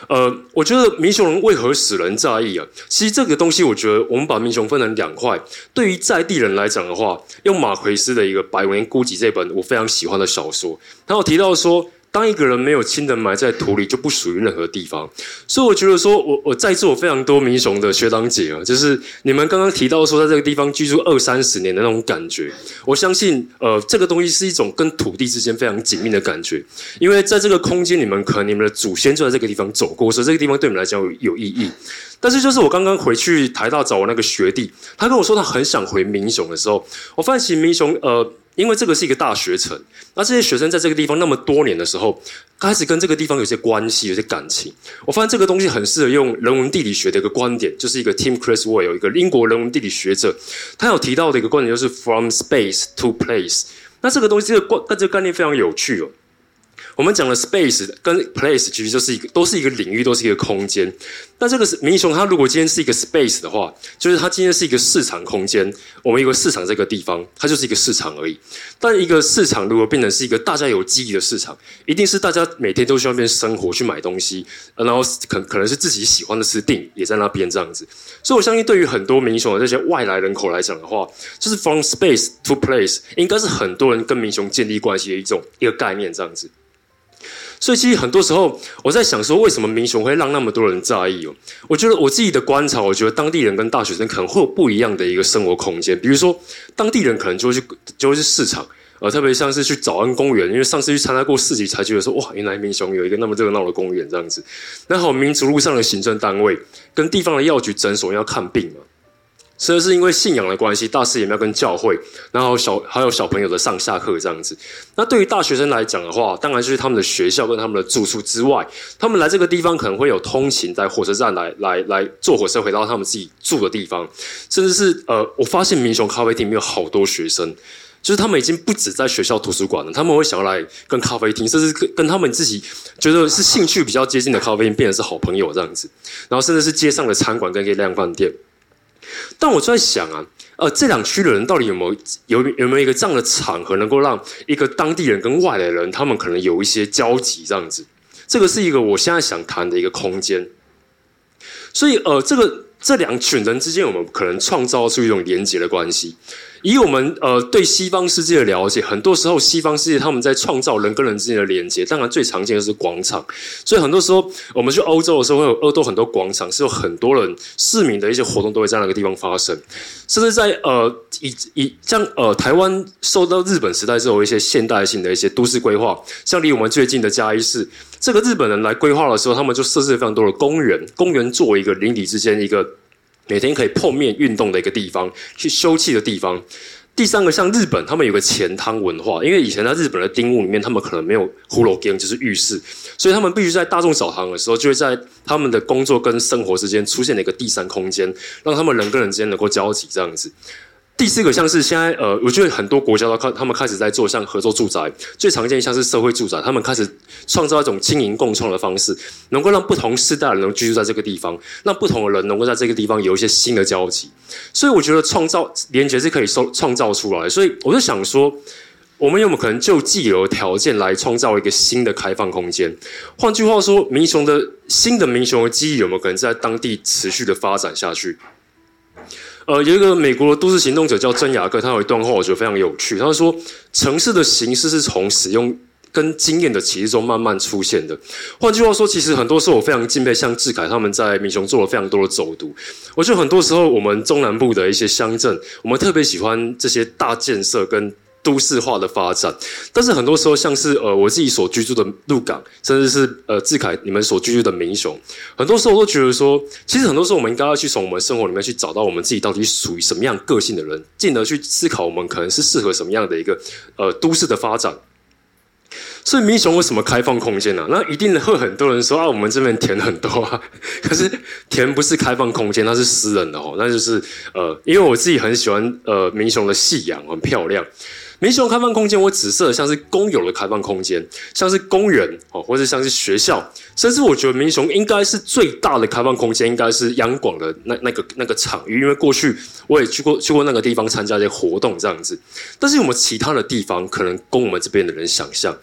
呃，我觉得民雄人为何使人在意啊？其实这个东西，我觉得我们把民雄分成两块。对于在地人来讲的话，用马奎斯的一个《百年孤寂》这本我非常喜欢的小说，他有提到说，当一个人没有亲人埋在土里，就不属于任何地方。所以我觉得说，我我在座非常多民雄的学长姐啊，就是你们刚刚提到说，在这个地方居住二三十年的那种感觉，我相信，呃，这个东西是一种跟土地之间非常紧密的感觉，因为在这个空间，你们可能你们的祖先就在这个地方走过，所以这个地方对你们来讲有有意义。但是就是我刚刚回去台大找我那个学弟，他跟我说他很想回民雄的时候，我发现其实民雄，呃。因为这个是一个大学城，那这些学生在这个地方那么多年的时候，开始跟这个地方有些关系，有些感情。我发现这个东西很适合用人文地理学的一个观点，就是一个 Tim Creswell 有一个英国人文地理学者，他有提到的一个观点就是 from space to place。那这个东西，这个观，这个概念非常有趣哦。我们讲的 space 跟 place 其实就是一个，都是一个领域，都是一个空间。那这个民雄，它如果今天是一个 space 的话，就是它今天是一个市场空间。我们有个市场这个地方，它就是一个市场而已。但一个市场如果变成是一个大家有记忆的市场，一定是大家每天都去那边生活去买东西，然后可可能是自己喜欢的吃定也在那边这样子。所以我相信，对于很多民雄的这些外来人口来讲的话，就是 from space to place， 应该是很多人跟民雄建立关系的一种一个概念这样子。所以其实很多时候我在想说，为什么民雄会让那么多人在意哦？我觉得我自己的观察，我觉得当地人跟大学生可能会有不一样的一个生活空间。比如说，当地人可能就会去就会去市场，呃，特别像是去早安公园，因为上次去参加过市集，才觉得说哇，原来民雄有一个那么热闹的公园这样子。然后民族路上的行政单位跟地方的药局、诊所要看病嘛。所以是因为信仰的关系，大师也要跟教会，然后小还有小朋友的上下课这样子。那对于大学生来讲的话，当然就是他们的学校跟他们的住宿之外，他们来这个地方可能会有通勤，在火车站来来来坐火车回到他们自己住的地方，甚至是呃，我发现民雄咖啡厅里面有好多学生。就是他们已经不止在学校图书馆了，他们会想要来跟咖啡厅，甚至跟跟他们自己觉得是兴趣比较接近的咖啡厅变成是好朋友这样子，然后甚至是街上的餐馆跟一些量贩店。但我就在想啊，呃，这两区的人到底有没有有有没有一个这样的场合，能够让一个当地人跟外来人，他们可能有一些交集这样子？这个是一个我现在想谈的一个空间。所以，呃，这个这两群人之间，我们可能创造出一种连结的关系。以我们呃对西方世界的了解，很多时候西方世界他们在创造人跟人之间的连接，当然最常见的是广场。所以很多时候我们去欧洲的时候，会有欧洲很多广场，是有很多人市民的一些活动都会在那个地方发生。甚至在呃以以像呃台湾受到日本时代之后一些现代性的一些都市规划，像离我们最近的嘉义市，这个日本人来规划的时候，他们就设置了非常多的公园，公园作为一个邻里之间一个每天可以碰面运动的一个地方，去休憩的地方。第三个，像日本，他们有个钱汤文化，因为以前在日本的町屋里面，他们可能没有葫芦间，就是浴室，所以他们必须在大众澡堂的时候，就会在他们的工作跟生活之间出现了一个第三空间，让他们人跟人之间能够交集这样子。第四个像是现在呃，我觉得很多国家都开，他们开始在做像合作住宅，最常见像是社会住宅，他们开始创造一种经营共创的方式，能够让不同世代的人能居住在这个地方，让不同的人能够在这个地方有一些新的交集。所以我觉得创造连结是可以收创造出来的。所以我就想说，我们有没有可能就既有条件来创造一个新的开放空间？换句话说，民雄的新的民雄的记忆有没有可能在当地持续的发展下去？呃，有一个美国的都市行动者叫珍雅各，他有一段话我觉得非常有趣。他说，城市的形式是从使用跟经验的启示中慢慢出现的。换句话说，其实很多时候我非常敬佩像志凯他们在民雄做了非常多的走读。我觉得很多时候我们中南部的一些乡镇，我们特别喜欢这些大建设跟都市化的发展，但是很多时候像是呃我自己所居住的鹿港，甚至是呃志凯你们所居住的民雄，很多时候我都觉得说，其实很多时候我们应该要去从我们生活里面去找到我们自己到底属于什么样个性的人，进而去思考我们可能是适合什么样的一个呃都市的发展。所以民雄为什么开放空间呢、啊？那一定会很多人说啊，我们这边田很多啊，可是田不是开放空间，它是私人的哦。那就是呃，因为我自己很喜欢呃民雄的夕阳，很漂亮。民雄开放空间，我指涉的像是公有的开放空间，像是公园哦，或者像是学校，甚至我觉得民雄应该是最大的开放空间，应该是央广的那那个那个场域，因为过去我也去过去过那个地方参加一些活动这样子。但是有没有其他的地方可能供我们这边的人想象？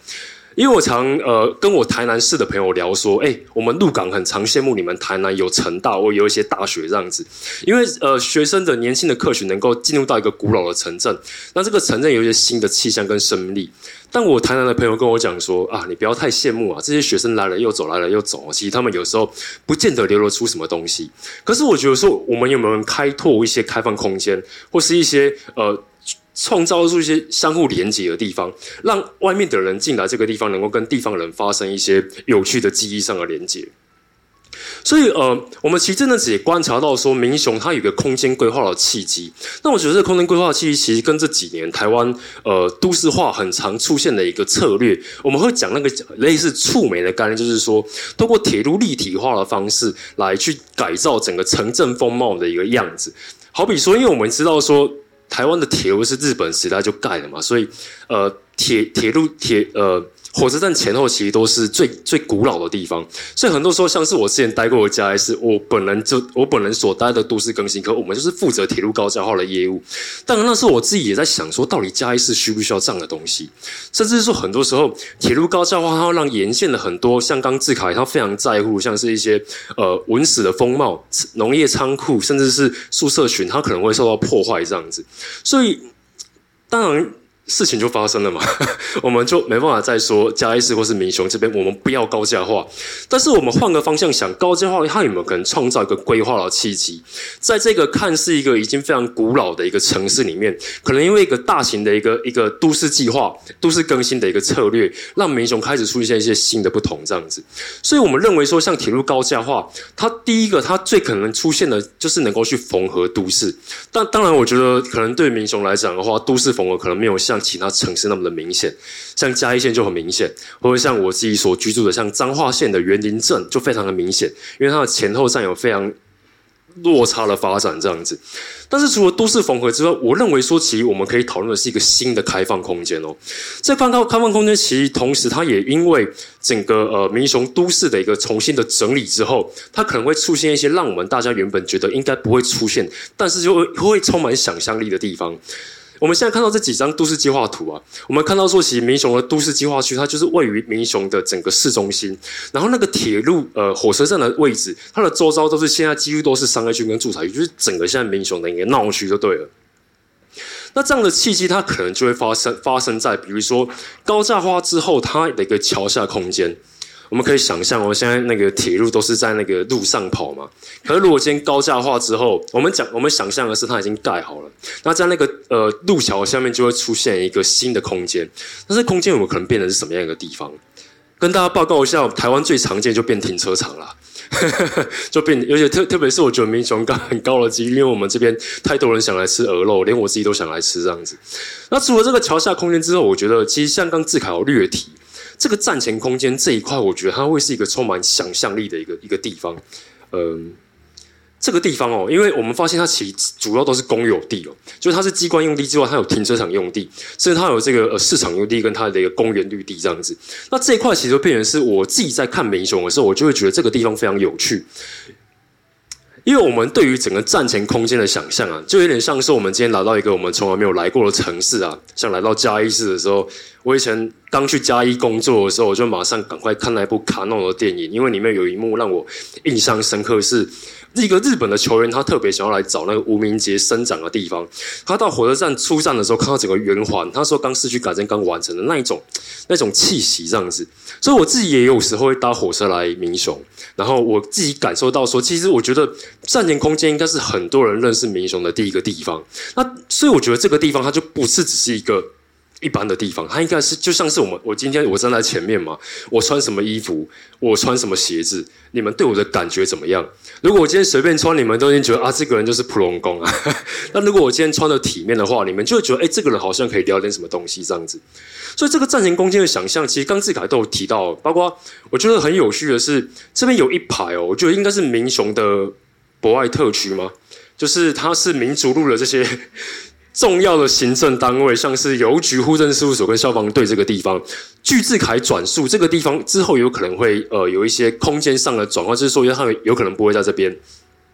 因为我常呃跟我台南市的朋友聊说，哎，我们鹿港很常羡慕你们台南有成大或有一些大学这样子，因为呃学生的年轻的客群能够进入到一个古老的城镇，那这个城镇有一些新的气象跟生命力。但我台南的朋友跟我讲说啊，你不要太羡慕啊，这些学生来了又走，来了又走，其实他们有时候不见得流露出什么东西。可是我觉得说，我们有没有人开拓一些开放空间，或是一些呃。创造出一些相互连结的地方，让外面的人进来这个地方，能够跟地方人发生一些有趣的记忆上的连结。所以，呃，我们其实这阵子也观察到说，民雄它有一个空间规划的契机。那我觉得这个空间规划的契机，其实跟这几年台湾呃都市化很常出现的一个策略，我们会讲那个类似触媒的概念，就是说，透过铁路立体化的方式来去改造整个城镇风貌的一个样子。好比说，因为我们知道说。台湾的铁路是日本时代就盖的嘛，所以呃铁铁路铁呃火车站前后其实都是最最古老的地方，所以很多时候像是我之前待过的嘉义市，我本人就我本人所待的都市更新科，我们就是负责铁路高架化的业务。当然那时候我自己也在想说，到底嘉义市需不需要这样的东西？甚至是说很多时候铁路高架化，它会让沿线的很多像刚志凯他非常在乎，像是一些呃文史的风貌、农业仓库，甚至是宿舍群，它可能会受到破坏这样子。所以当然。事情就发生了嘛，我们就没办法再说嘉义市或是民雄这边我们不要高架化，但是我们换个方向想，高架化它有没有可能创造一个规划的契机？在这个看似一个已经非常古老的一个城市里面，可能因为一个大型的一个一个都市计划、都市更新的一个策略，让民雄开始出现一些新的不同这样子。所以我们认为说，像铁路高架化，它第一个它最可能出现的就是能够去缝合都市。但当然，我觉得可能对民雄来讲的话，都市缝合可能没有像其他城市那么的明显，像嘉义县就很明显，或者像我自己所居住的像彰化县的园林镇就非常的明显，因为它的前后站有非常落差的发展这样子。但是除了都市缝合之外，我认为说其实我们可以讨论的是一个新的开放空间哦。这开放开放空间其实同时它也因为整个呃民雄都市的一个重新的整理之后，它可能会出现一些让我们大家原本觉得应该不会出现，但是就会会充满想象力的地方。我们现在看到这几张都市计划图啊，我们看到说，其实民雄的都市计划区，它就是位于民雄的整个市中心，然后那个铁路呃火车站的位置，它的周遭都是现在几乎都是商业区跟住宅区，就是整个现在民雄的一个闹区就对了。那这样的契机，它可能就会发生发生在比如说高架化之后，它的一个桥下空间。我们可以想象哦，现在那个铁路都是在那个路上跑嘛。可是如果今天高架化之后，我们讲我们想象的是它已经盖好了，那在那个呃路桥下面就会出现一个新的空间。那这空间有没有可能变成是什么样一个地方？跟大家报告一下，台湾最常见就变停车场啦。就变，而且特特别是我觉得民雄高很高的几率，因为我们这边太多人想来吃鹅肉，连我自己都想来吃这样子。那除了这个桥下空间之后，我觉得其实像刚志凯有略提。这个站前空间这一块，我觉得它会是一个充满想象力的一个一个地方。嗯，这个地方哦，因为我们发现它其实主要都是公有地哦，就是它是机关用地之外，它有停车场用地，甚至它有这个呃市场用地跟它的一个公园绿地这样子。那这一块其实就变成是我自己在看民雄的时候，我就会觉得这个地方非常有趣。因为我们对于整个站前空间的想象啊，就有点像是我们今天来到一个我们从来没有来过的城市啊，像来到嘉义市的时候，我以前刚去嘉义工作的时候，我就马上赶快看那部卡诺的电影，因为里面有一幕让我印象深刻是。一个日本的球员，他特别想要来找那个无名节生长的地方。他到火车站出站的时候，看到整个圆环，他说刚市区改建刚完成的那一种那种气息这样子。所以我自己也有时候会搭火车来民雄，然后我自己感受到说，其实我觉得站前空间应该是很多人认识民雄的第一个地方。那所以我觉得这个地方它就不是只是一个一般的地方，它应该是就像是我们我今天我站在前面嘛，我穿什么衣服，我穿什么鞋子，你们对我的感觉怎么样？如果我今天随便穿，你们都已经觉得啊，这个人就是普龙公啊。那如果我今天穿的体面的话，你们就会觉得，哎，这个人好像可以聊点什么东西这样子。所以这个站前空间的想象，其实刚志凯都有提到，包括我觉得很有趣的是，这边有一排哦，我觉得应该是民雄的博爱特区吗？就是它是民族路的这些。重要的行政单位，像是邮局、户政事务所跟消防队这个地方，据志凯转述，这个地方之后有可能会呃有一些空间上的转换，就是说它有可能不会在这边，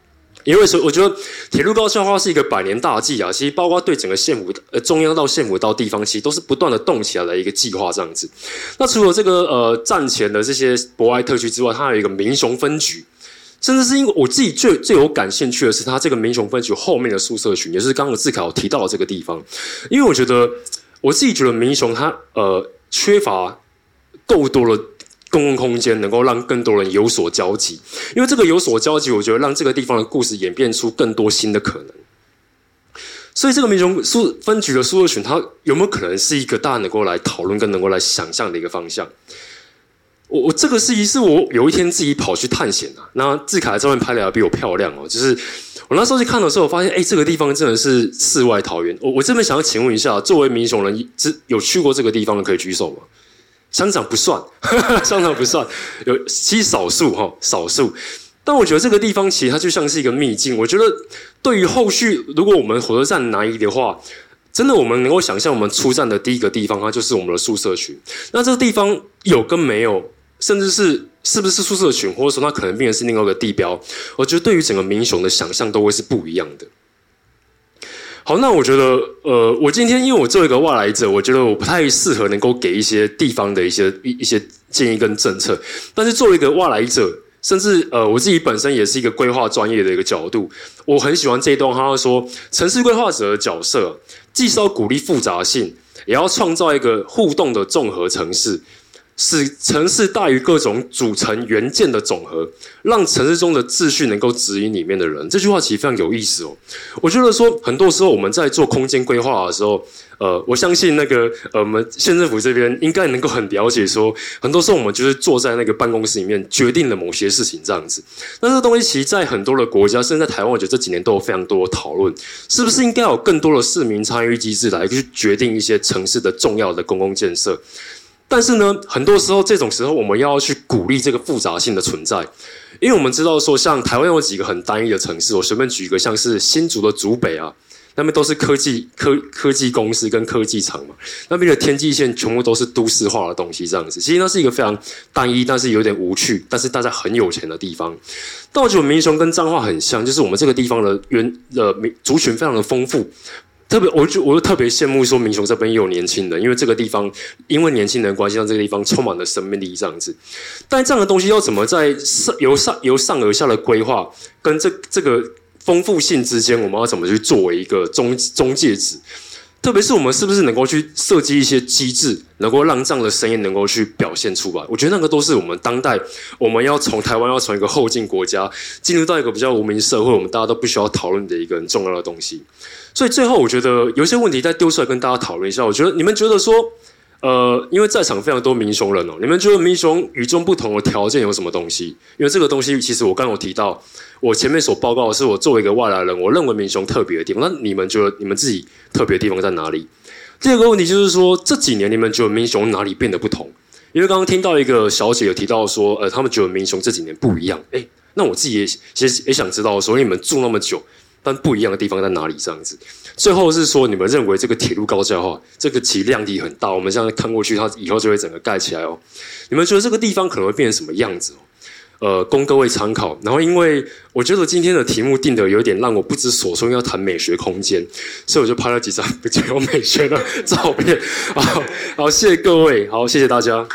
因为我觉得铁路高架化是一个百年大计啊，其实包括对整个县府呃中央到县府到地方，其实都是不断的动起来的一个计划这样子。那除了这个呃站前的这些博爱特区之外，它还有一个民雄分局。甚至是因为我自己最最有感兴趣的是，它这个民雄分局后面的宿舍群，也是刚刚志凯有提到的这个地方。因为我觉得我自己觉得民雄它呃缺乏够多的公共空间，能够让更多人有所交集。因为这个有所交集，我觉得让这个地方的故事演变出更多新的可能。所以这个民雄宿分局的宿舍群，它有没有可能是一个大家能够来讨论、跟能够来想象的一个方向？我我这个事情是我有一天自己跑去探险啊，那志凯的照片拍的还比我漂亮哦。就是我那时候去看的时候，我发现哎，这个地方真的是世外桃源。我我这边想要请问一下，作为民雄人，有去过这个地方的可以举手吗？乡长不算，乡长不算，有其实少数哈，少数。但我觉得这个地方其实它就像是一个秘境。我觉得对于后续如果我们火车站南移的话，真的，我们能够想象，我们出站的第一个地方，它就是我们的宿舍群。那这个地方有跟没有，甚至是是不是宿舍群，或者说它可能变成是另外一个地标，我觉得对于整个民雄的想象都会是不一样的。好，那我觉得，呃，我今天因为我作为一个外来者，我觉得我不太适合能够给一些地方的一些一一些建议跟政策。但是作为一个外来者，甚至呃，我自己本身也是一个规划专业的一个角度，我很喜欢这一段，他说，城市规划者的角色，既是要鼓励复杂性，也要创造一个互动的综合城市，使城市大于各种组成元件的总和，让城市中的秩序能够指引里面的人。这句话其实非常有意思哦。我觉得说，很多时候我们在做空间规划的时候，呃，我相信那个呃，我们县政府这边应该能够很了解说，很多时候我们就是坐在那个办公室里面决定了某些事情这样子。那这个东西其实在很多的国家，甚至在台湾，我觉得这几年都有非常多的讨论，是不是应该有更多的市民参与机制来去决定一些城市的重要的公共建设。但是呢，很多时候这种时候我们要去鼓励这个复杂性的存在，因为我们知道说，像台湾有几个很单一的城市，我随便举一个，像是新竹的竹北啊，那边都是科技科科技公司跟科技厂嘛，那边的天际线全部都是都市化的东西，这样子，其实那是一个非常单一，但是有点无趣，但是大家很有钱的地方。但我觉得民雄跟彰化很像，就是我们这个地方的原呃族群非常的丰富。特别，我就我就特别羡慕说民雄这边也有年轻人，因为这个地方因为年轻人的关系，让这个地方充满了生命力这样子。但这样的东西要怎么在上由上由上而下的规划，跟这这个丰富性之间，我们要怎么去作为一个中中介值？特别是我们是不是能够去设计一些机制，能够让这样的声音能够去表现出来？我觉得那个都是我们当代我们要从台湾要从一个后进国家进入到一个比较文明社会，我们大家都必须要讨论的一个很重要的东西。所以最后，我觉得有些问题再丢出来跟大家讨论一下。我觉得你们觉得说，呃，因为在场非常多民雄人哦，你们觉得民雄与众不同的条件有什么东西？因为这个东西其实我刚刚有提到，我前面所报告的是我作为一个外来人，我认为民雄特别的地方。那你们觉得你们自己特别的地方在哪里？第二个问题就是说，这几年你们觉得民雄哪里变得不同？因为刚刚听到一个小姐有提到说，呃，他们觉得民雄这几年不一样。哎，那我自己也其实也想知道说，你们住那么久。但不一样的地方在哪里？这样子，最后是说，你们认为这个铁路高架化，这个其量体很大，我们这样看过去，它以后就会整个盖起来哦。你们觉得这个地方可能会变成什么样子哦？呃，供各位参考。然后，因为我觉得今天的题目定的有点让我不知所措，要谈美学空间，所以我就拍了几张比较有美学的照片。好，好，谢谢各位，好，谢谢大家。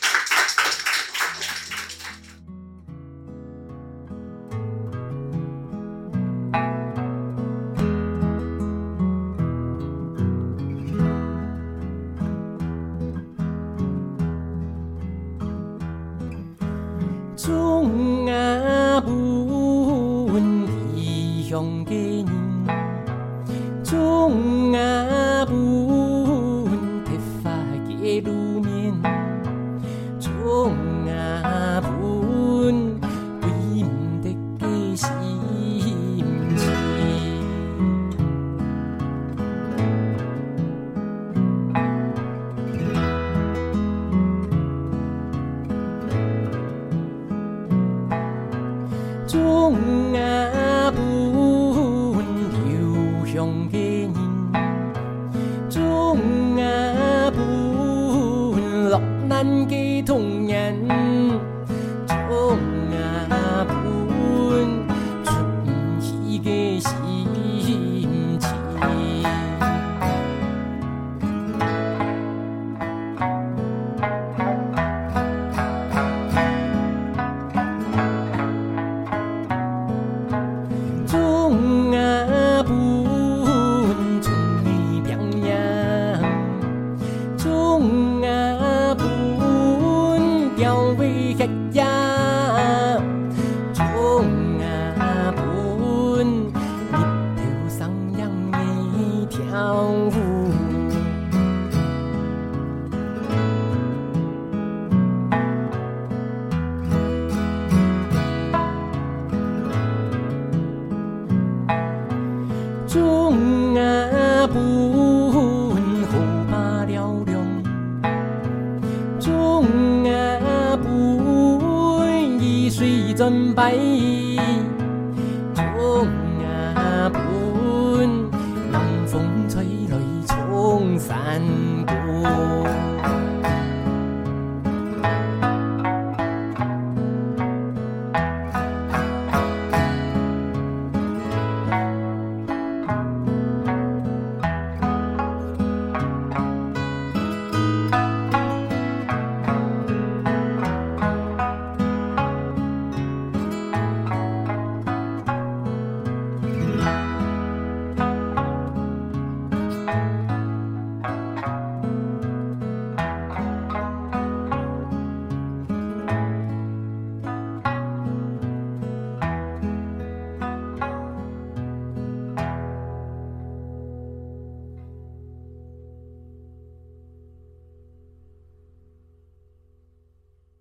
中啊本异乡的人，中啊本铁发的路面，中啊本为唔得嘅心情。中啊本流向的人，中啊本落难的童年，中啊本出唔起转摆，冲啊奔，南风吹来冲山谷。